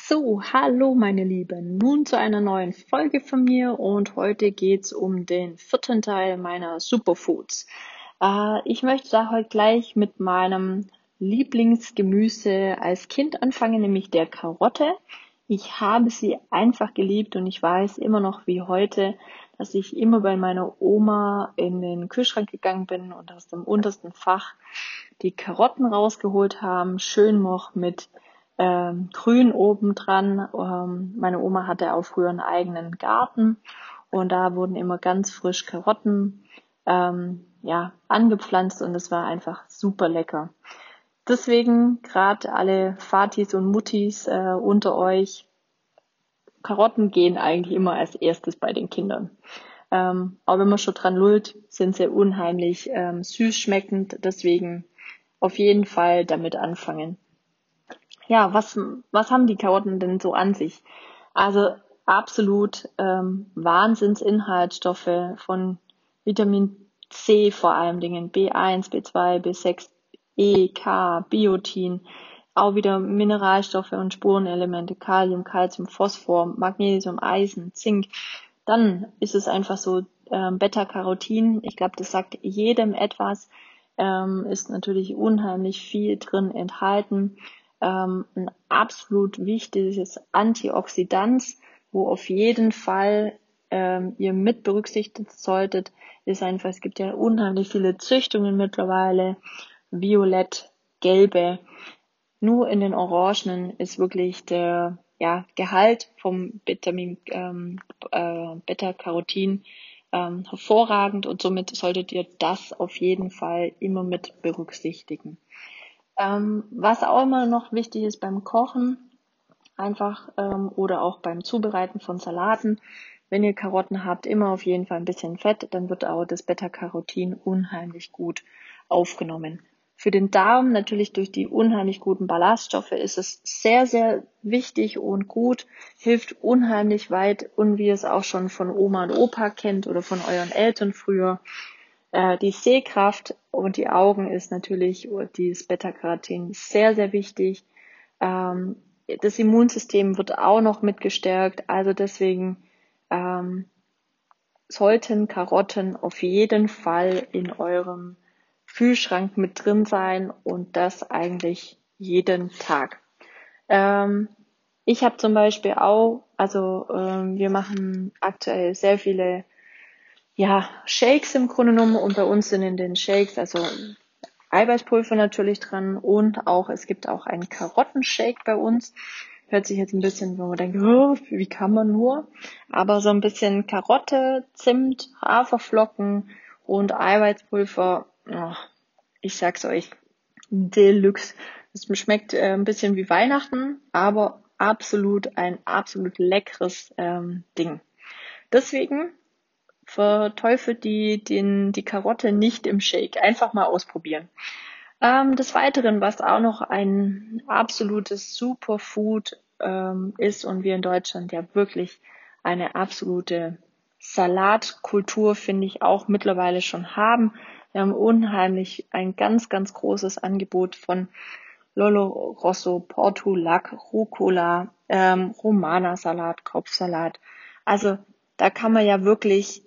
So, hallo meine Lieben, nun zu einer neuen Folge von mir und heute geht's um den vierten Teil meiner Superfoods. Ich möchte da heute gleich mit meinem Lieblingsgemüse als Kind anfangen, nämlich der Karotte. Ich habe sie einfach geliebt und ich weiß immer noch wie heute, dass ich immer bei meiner Oma in den Kühlschrank gegangen bin und aus dem untersten Fach die Karotten rausgeholt haben, schön noch mit grün obendran. Meine Oma hatte auch früher einen eigenen Garten und da wurden immer ganz frisch Karotten angepflanzt und es war einfach super lecker. Deswegen gerade alle Vatis und Muttis unter euch, Karotten gehen eigentlich immer als erstes bei den Kindern. Aber wenn man schon dran lullt, sind sie unheimlich süß schmeckend, deswegen auf jeden Fall damit anfangen. Ja, was haben die Karotten denn so an sich? Also absolut Wahnsinnsinhaltsstoffe von Vitamin C vor allen Dingen, B1, B2, B6, E, K, Biotin, auch wieder Mineralstoffe und Spurenelemente, Kalium, Calcium, Phosphor, Magnesium, Eisen, Zink. Dann ist es einfach so Beta-Carotin, ich glaube, das sagt jedem etwas, ist natürlich unheimlich viel drin enthalten. Ein absolut wichtiges Antioxidant, wo auf jeden Fall ihr mit berücksichtigt solltet, ist einfach, es gibt ja unheimlich viele Züchtungen mittlerweile, violett, gelbe. Nur in den Orangenen ist wirklich der Gehalt vom Beta-Carotin hervorragend und somit solltet ihr das auf jeden Fall immer mit berücksichtigen. Was auch immer noch wichtig ist beim Kochen, einfach oder auch beim Zubereiten von Salaten, wenn ihr Karotten habt, immer auf jeden Fall ein bisschen Fett, dann wird auch das Beta-Carotin unheimlich gut aufgenommen. Für den Darm natürlich durch die unheimlich guten Ballaststoffe ist es sehr, sehr wichtig und gut, hilft unheimlich weit und wie ihr es auch schon von Oma und Opa kennt oder von euren Eltern früher. Die Sehkraft und die Augen ist natürlich, dieses Beta-Carotin sehr, sehr wichtig. Das Immunsystem wird auch noch mit gestärkt, also deswegen sollten Karotten auf jeden Fall in eurem Kühlschrank mit drin sein und das eigentlich jeden Tag. Ich habe zum Beispiel auch, wir machen aktuell sehr viele Shakes im Grunde genommen und bei uns sind in den Shakes also Eiweißpulver natürlich dran und auch, es gibt auch einen Karottenshake bei uns. Hört sich jetzt ein bisschen, wo man denkt, oh, wie kann man nur? Aber so ein bisschen Karotte, Zimt, Haferflocken und Eiweißpulver, ich sag's euch, Deluxe. Es schmeckt ein bisschen wie Weihnachten, aber ein absolut leckeres Ding. Deswegen verteufelt die Karotte nicht im Shake. Einfach mal ausprobieren. Des Weiteren, was auch noch ein absolutes Superfood ist und wir in Deutschland ja wirklich eine absolute Salatkultur, finde ich, auch mittlerweile schon haben. Wir haben unheimlich ein ganz, ganz großes Angebot von Lolo Rosso, Portulak, Rucola, Romana-Salat, Kopfsalat. Also da kann man ja wirklich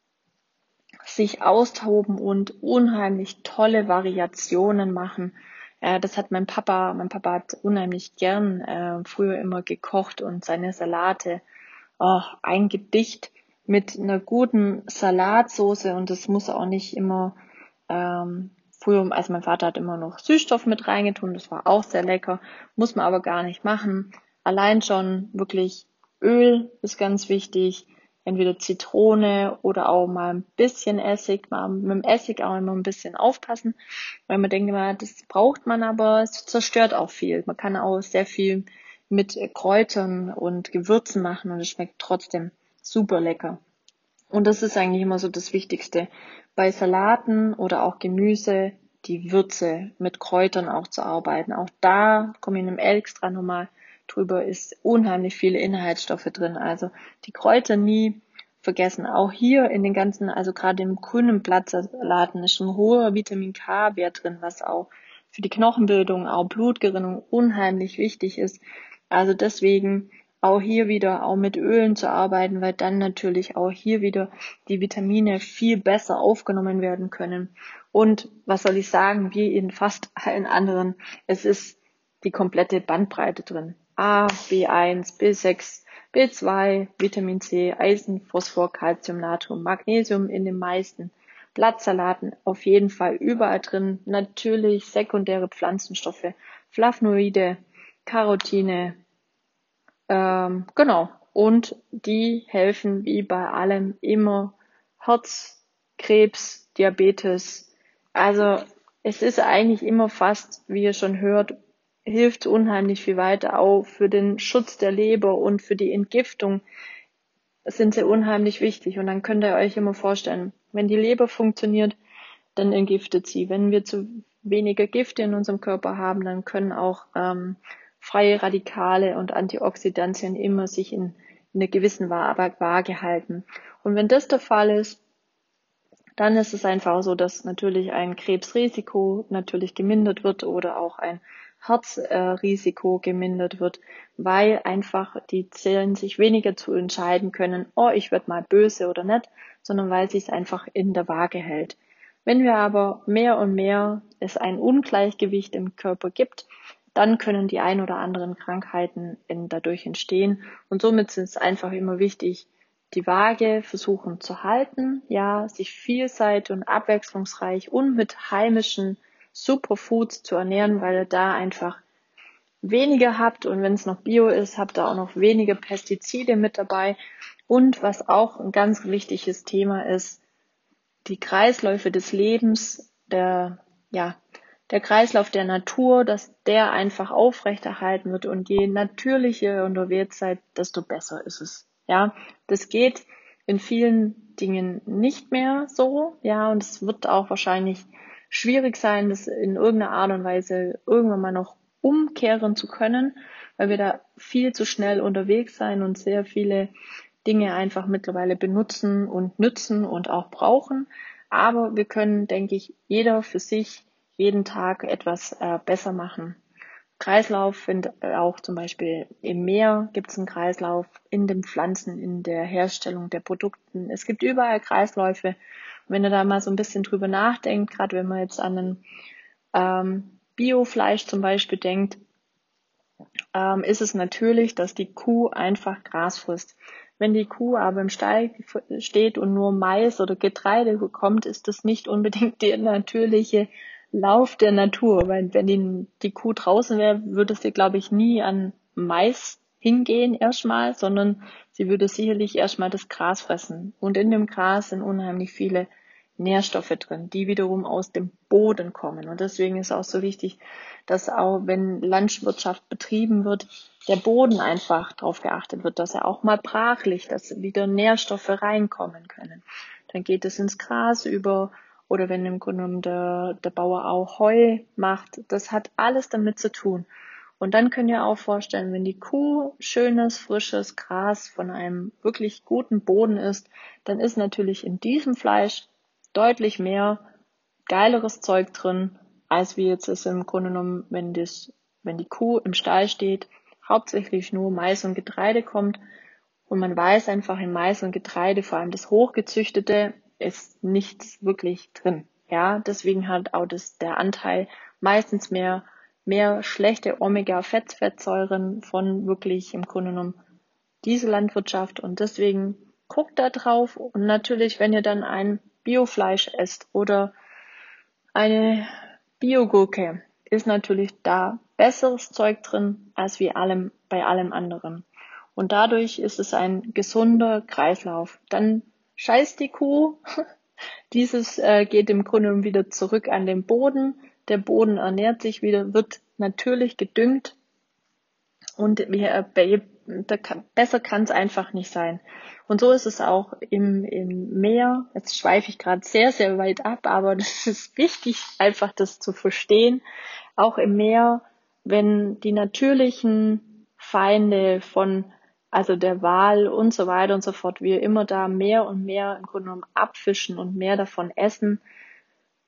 sich austoben und unheimlich tolle Variationen machen. Das hat mein Papa hat unheimlich gern früher immer gekocht und seine Salate, ein Gedicht mit einer guten Salatsoße und das muss auch nicht immer, früher, also mein Vater hat immer noch Süßstoff mit reingetun, das war auch sehr lecker, muss man aber gar nicht machen. Allein schon wirklich Öl ist ganz wichtig, entweder Zitrone oder auch mal ein bisschen Essig, mal mit dem Essig auch immer ein bisschen aufpassen, weil man denkt immer, das braucht man, aber es zerstört auch viel. Man kann auch sehr viel mit Kräutern und Gewürzen machen und es schmeckt trotzdem super lecker. Und das ist eigentlich immer so das Wichtigste. Bei Salaten oder auch Gemüse, die Würze mit Kräutern auch zu arbeiten. Auch da komme ich in einem extra nochmal drüber, ist unheimlich viele Inhaltsstoffe drin. Also die Kräuter nie vergessen. Auch hier in den ganzen, also gerade im grünen Blattsalaten ist ein hoher Vitamin K-Wert drin, was auch für die Knochenbildung, auch Blutgerinnung unheimlich wichtig ist. Also deswegen auch hier wieder auch mit Ölen zu arbeiten, weil dann natürlich auch hier wieder die Vitamine viel besser aufgenommen werden können. Und was soll ich sagen, wie in fast allen anderen, es ist die komplette Bandbreite drin. A, B1, B6, B2, Vitamin C, Eisen, Phosphor, Calcium, Natrium, Magnesium in den meisten Blattsalaten auf jeden Fall überall drin. Natürlich sekundäre Pflanzenstoffe, Flavonoide, Carotine, genau. Und die helfen wie bei allem immer Herz, Krebs, Diabetes. Also es ist eigentlich immer fast, wie ihr schon hört, hilft unheimlich viel weiter. Auch für den Schutz der Leber und für die Entgiftung sind sie unheimlich wichtig. Und dann könnt ihr euch immer vorstellen, wenn die Leber funktioniert, dann entgiftet sie. Wenn wir zu weniger Gifte in unserem Körper haben, dann können auch freie Radikale und Antioxidantien immer sich in einer gewissen Waage halten. Und wenn das der Fall ist, dann ist es einfach so, dass natürlich ein Krebsrisiko natürlich gemindert wird oder auch ein Herzrisiko gemindert wird, weil einfach die Zellen sich weniger zu entscheiden können, oh, ich werde mal böse oder nicht, sondern weil sie es einfach in der Waage hält. Wenn wir aber mehr und mehr es ein Ungleichgewicht im Körper gibt, dann können die ein oder anderen Krankheiten dadurch entstehen. Und somit ist es einfach immer wichtig, die Waage versuchen zu halten, ja, sich vielseitig und abwechslungsreich und mit heimischen Superfoods zu ernähren, weil ihr da einfach weniger habt und wenn es noch Bio ist, habt ihr auch noch weniger Pestizide mit dabei. Und was auch ein ganz wichtiges Thema ist, die Kreisläufe des Lebens, der Kreislauf der Natur, dass der einfach aufrechterhalten wird und je natürlicher unterwegs seid, desto besser ist es. Ja, das geht in vielen Dingen nicht mehr so, ja, und es wird auch wahrscheinlich schwierig sein, das in irgendeiner Art und Weise irgendwann mal noch umkehren zu können, weil wir da viel zu schnell unterwegs sein und sehr viele Dinge einfach mittlerweile benutzen und nützen und auch brauchen. Aber wir können, denke ich, jeder für sich jeden Tag etwas besser machen. Kreislauf, wenn auch zum Beispiel im Meer gibt es einen Kreislauf, in den Pflanzen, in der Herstellung der Produkten. Es gibt überall Kreisläufe. Und wenn ihr da mal so ein bisschen drüber nachdenkt, gerade wenn man jetzt an ein Biofleisch zum Beispiel denkt, ist es natürlich, dass die Kuh einfach Gras frisst. Wenn die Kuh aber im Stall steht und nur Mais oder Getreide bekommt, ist das nicht unbedingt der natürliche Lauf der Natur. Weil wenn die Kuh draußen wäre, würde sie, glaube ich, nie an Mais hingehen erstmal, sondern sie würde sicherlich erstmal das Gras fressen. Und in dem Gras sind unheimlich viele Nährstoffe drin, die wiederum aus dem Boden kommen. Und deswegen ist auch so wichtig, dass auch wenn Landwirtschaft betrieben wird, der Boden einfach darauf geachtet wird, dass er auch mal brach liegt, dass wieder Nährstoffe reinkommen können. Dann geht es ins Gras über oder wenn im Grunde genommen der Bauer auch Heu macht, das hat alles damit zu tun. Und dann könnt ihr auch vorstellen, wenn die Kuh schönes, frisches Gras von einem wirklich guten Boden isst, dann ist natürlich in diesem Fleisch deutlich mehr geileres Zeug drin, als wie jetzt ist im Grunde genommen, wenn die Kuh im Stall steht, hauptsächlich nur Mais und Getreide kommt und man weiß einfach in Mais und Getreide, vor allem das Hochgezüchtete, ist nichts wirklich drin. Ja, deswegen hat auch der Anteil meistens mehr schlechte Omega-Fettsäuren von wirklich im Grunde genommen diese Landwirtschaft und deswegen guckt da drauf und natürlich, wenn ihr dann ein Biofleisch esst oder eine Biogurke, ist natürlich da besseres Zeug drin als bei allem anderen. Und dadurch ist es ein gesunder Kreislauf. Dann scheißt die Kuh, dieses geht im Grunde wieder zurück an den Boden. Der Boden ernährt sich wieder, wird natürlich gedüngt und besser kann es einfach nicht sein. Und so ist es auch im Meer. Jetzt schweife ich gerade sehr, sehr weit ab, aber das ist wichtig, einfach das zu verstehen. Auch im Meer, wenn die natürlichen Feinde also der Wal und so weiter und so fort, wir immer da mehr und mehr im Grunde genommen abfischen und mehr davon essen,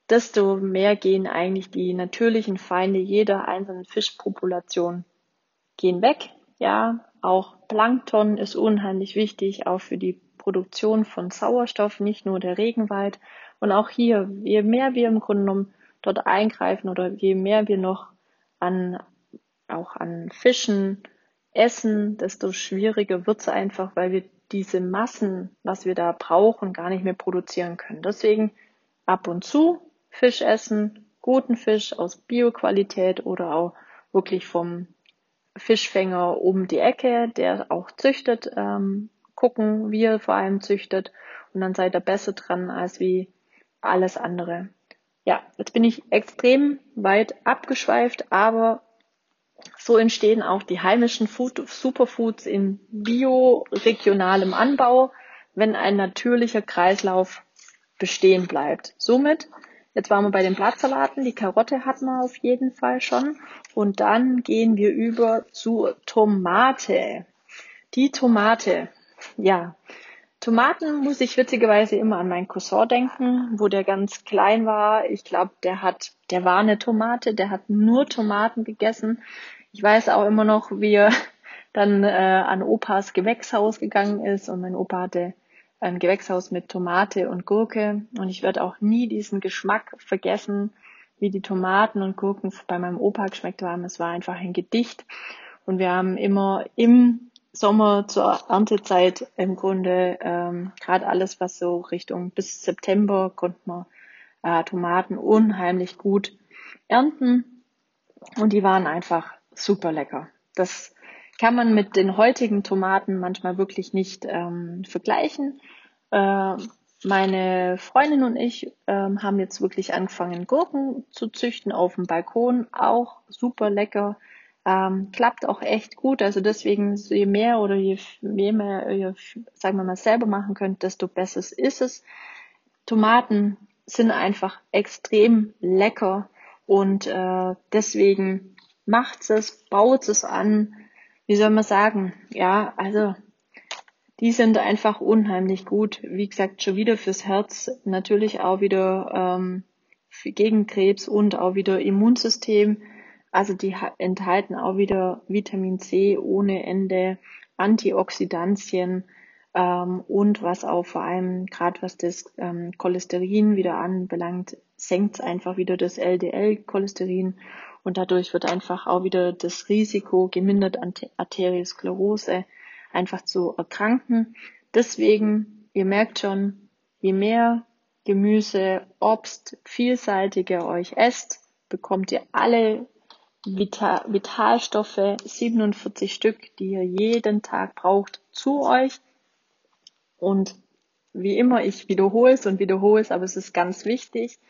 desto mehr gehen eigentlich die natürlichen Feinde jeder einzelnen Fischpopulation gehen weg. Ja, auch Plankton ist unheimlich wichtig, auch für die Produktion von Sauerstoff, nicht nur der Regenwald. Und auch hier, je mehr wir im Grunde genommen dort eingreifen oder je mehr wir noch auch an Fischen essen, desto schwieriger wird es einfach, weil wir diese Massen, was wir da brauchen, gar nicht mehr produzieren können. Deswegen ab und zu Fisch essen, guten Fisch aus Bioqualität oder auch wirklich vom Fischfänger um die Ecke, der auch züchtet, gucken, wie er vor allem züchtet, und dann seid ihr besser dran als wie alles andere. Ja, jetzt bin ich extrem weit abgeschweift, aber so entstehen auch die heimischen Superfoods in bioregionalem Anbau, wenn ein natürlicher Kreislauf bestehen bleibt. Somit, jetzt waren wir bei den Blattsalaten, die Karotte hatten wir auf jeden Fall schon. Und dann gehen wir über zur Tomate. Die Tomate, ja. Tomaten muss ich witzigerweise immer an meinen Cousin denken, wo der ganz klein war. Ich glaube, der war eine Tomate, der hat nur Tomaten gegessen. Ich weiß auch immer noch, wie er dann an Opas Gewächshaus gegangen ist, und mein Opa hatte ein Gewächshaus mit Tomate und Gurke, und ich werde auch nie diesen Geschmack vergessen, wie die Tomaten und Gurken bei meinem Opa geschmeckt haben. Es war einfach ein Gedicht, und wir haben immer im Sommer zur Erntezeit im Grunde gerade alles, was so Richtung bis September, konnte man Tomaten unheimlich gut ernten, und die waren einfach super lecker. Das kann man mit den heutigen Tomaten manchmal wirklich nicht vergleichen. Meine Freundin und ich haben jetzt wirklich angefangen, Gurken zu züchten auf dem Balkon. Auch super lecker. Klappt auch echt gut. Also deswegen, je mehr oder je mehr ihr, sagen wir mal, selber machen könnt, desto besser ist es. Tomaten sind einfach extrem lecker, und deswegen macht es, baut es an. Wie soll man sagen? Ja, also die sind einfach unheimlich gut. Wie gesagt, schon wieder fürs Herz, natürlich auch wieder gegen Krebs und auch wieder Immunsystem. Also die enthalten auch wieder Vitamin C ohne Ende, Antioxidantien, und was auch vor allem, gerade was das Cholesterin wieder anbelangt, senkt es einfach wieder das LDL-Cholesterin, und dadurch wird einfach auch wieder das Risiko gemindert, an Arteriosklerose einfach zu erkranken. Deswegen, ihr merkt schon, je mehr Gemüse, Obst, vielseitig ihr euch esst, bekommt ihr alle Vitalstoffe, 47 Stück, die ihr jeden Tag braucht, zu euch. Und wie immer, ich wiederhole es, aber es ist ganz wichtig.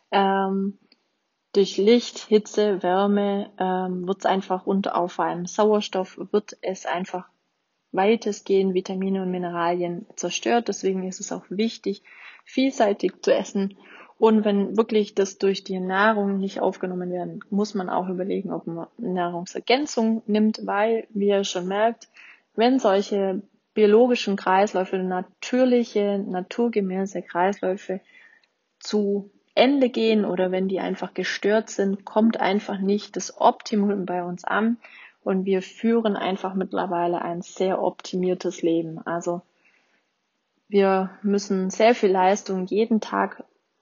Durch Licht, Hitze, Wärme wird es einfach, und auch vor allem Sauerstoff, wird es einfach weitestgehend Vitamine und Mineralien zerstört. Deswegen ist es auch wichtig, vielseitig zu essen. Und wenn wirklich das durch die Nahrung nicht aufgenommen werden, muss man auch überlegen, ob man Nahrungsergänzung nimmt, weil, wie ihr schon merkt, wenn solche biologischen Kreisläufe, natürliche, naturgemäße Kreisläufe zu Ende gehen oder wenn die einfach gestört sind, kommt einfach nicht das Optimum bei uns an, und wir führen einfach mittlerweile ein sehr optimiertes Leben. Also wir müssen sehr viel Leistung jeden Tag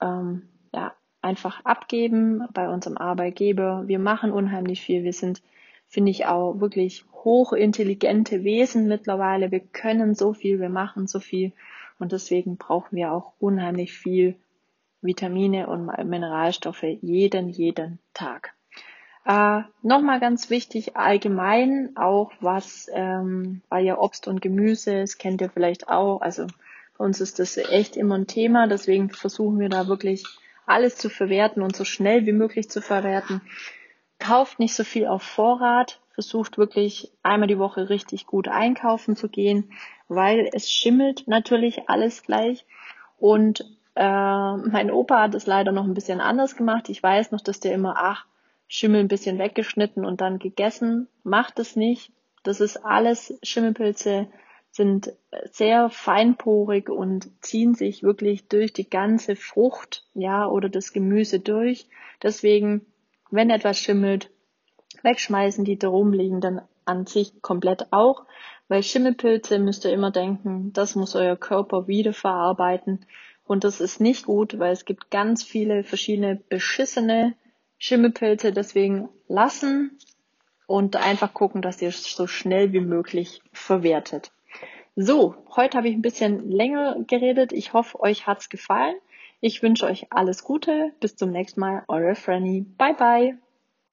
einfach abgeben bei unserem Arbeitgeber. Wir machen unheimlich viel. Wir sind, finde ich, auch wirklich hochintelligente Wesen mittlerweile. Wir können so viel, wir machen so viel, und deswegen brauchen wir auch unheimlich viel Vitamine und Mineralstoffe jeden Tag. Nochmal ganz wichtig, allgemein auch was, weil ja Obst und Gemüse, das kennt ihr vielleicht auch, also bei uns ist das echt immer ein Thema, deswegen versuchen wir da wirklich alles zu verwerten und so schnell wie möglich zu verwerten. Kauft nicht so viel auf Vorrat, versucht wirklich einmal die Woche richtig gut einkaufen zu gehen, weil es schimmelt natürlich alles gleich. Und mein Opa hat es leider noch ein bisschen anders gemacht. Ich weiß noch, dass der immer, Schimmel ein bisschen weggeschnitten und dann gegessen. Macht es nicht. Das ist alles Schimmelpilze. sind sehr feinporig und ziehen sich wirklich durch die ganze Frucht, ja, oder das Gemüse durch. Deswegen, wenn etwas schimmelt, wegschmeißen, die da rumliegen, dann an sich komplett auch, weil Schimmelpilze müsst ihr immer denken, das muss euer Körper wiederverarbeiten und das ist nicht gut, weil es gibt ganz viele verschiedene beschissene Schimmelpilze, deswegen lassen und einfach gucken, dass ihr es so schnell wie möglich verwertet. So, heute habe ich ein bisschen länger geredet. Ich hoffe, euch hat's gefallen. Ich wünsche euch alles Gute. Bis zum nächsten Mal. Eure Franny. Bye bye.